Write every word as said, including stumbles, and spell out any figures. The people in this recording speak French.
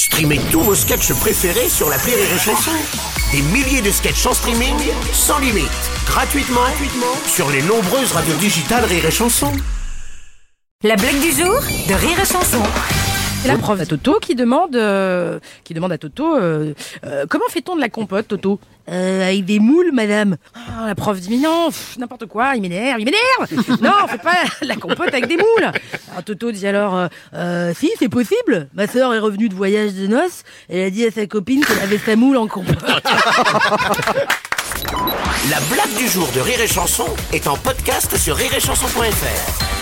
Streamez tous vos sketchs préférés sur l'appli Rire et Chanson. Des milliers de sketchs en streaming, sans limite, gratuitement, gratuitement sur les nombreuses radios digitales Rire et Chanson. La blague du jour de Rire et Chanson. C'est la prof à Toto qui demande, euh, qui demande à Toto euh, euh, comment fait-on de la compote, Toto? Euh, avec des moules, madame. Ah, la prof dit mais non, pff, n'importe quoi, il m'énerve, il m'énerve. Non, on fait pas la compote avec des moules. Alors Toto dit alors, euh, euh, si c'est possible. Ma sœur est revenue de voyage de noces. Elle a dit à sa copine qu'elle avait sa moule en compote. La blague du jour de Rire et Chanson est en podcast sur rire et chanson point f r.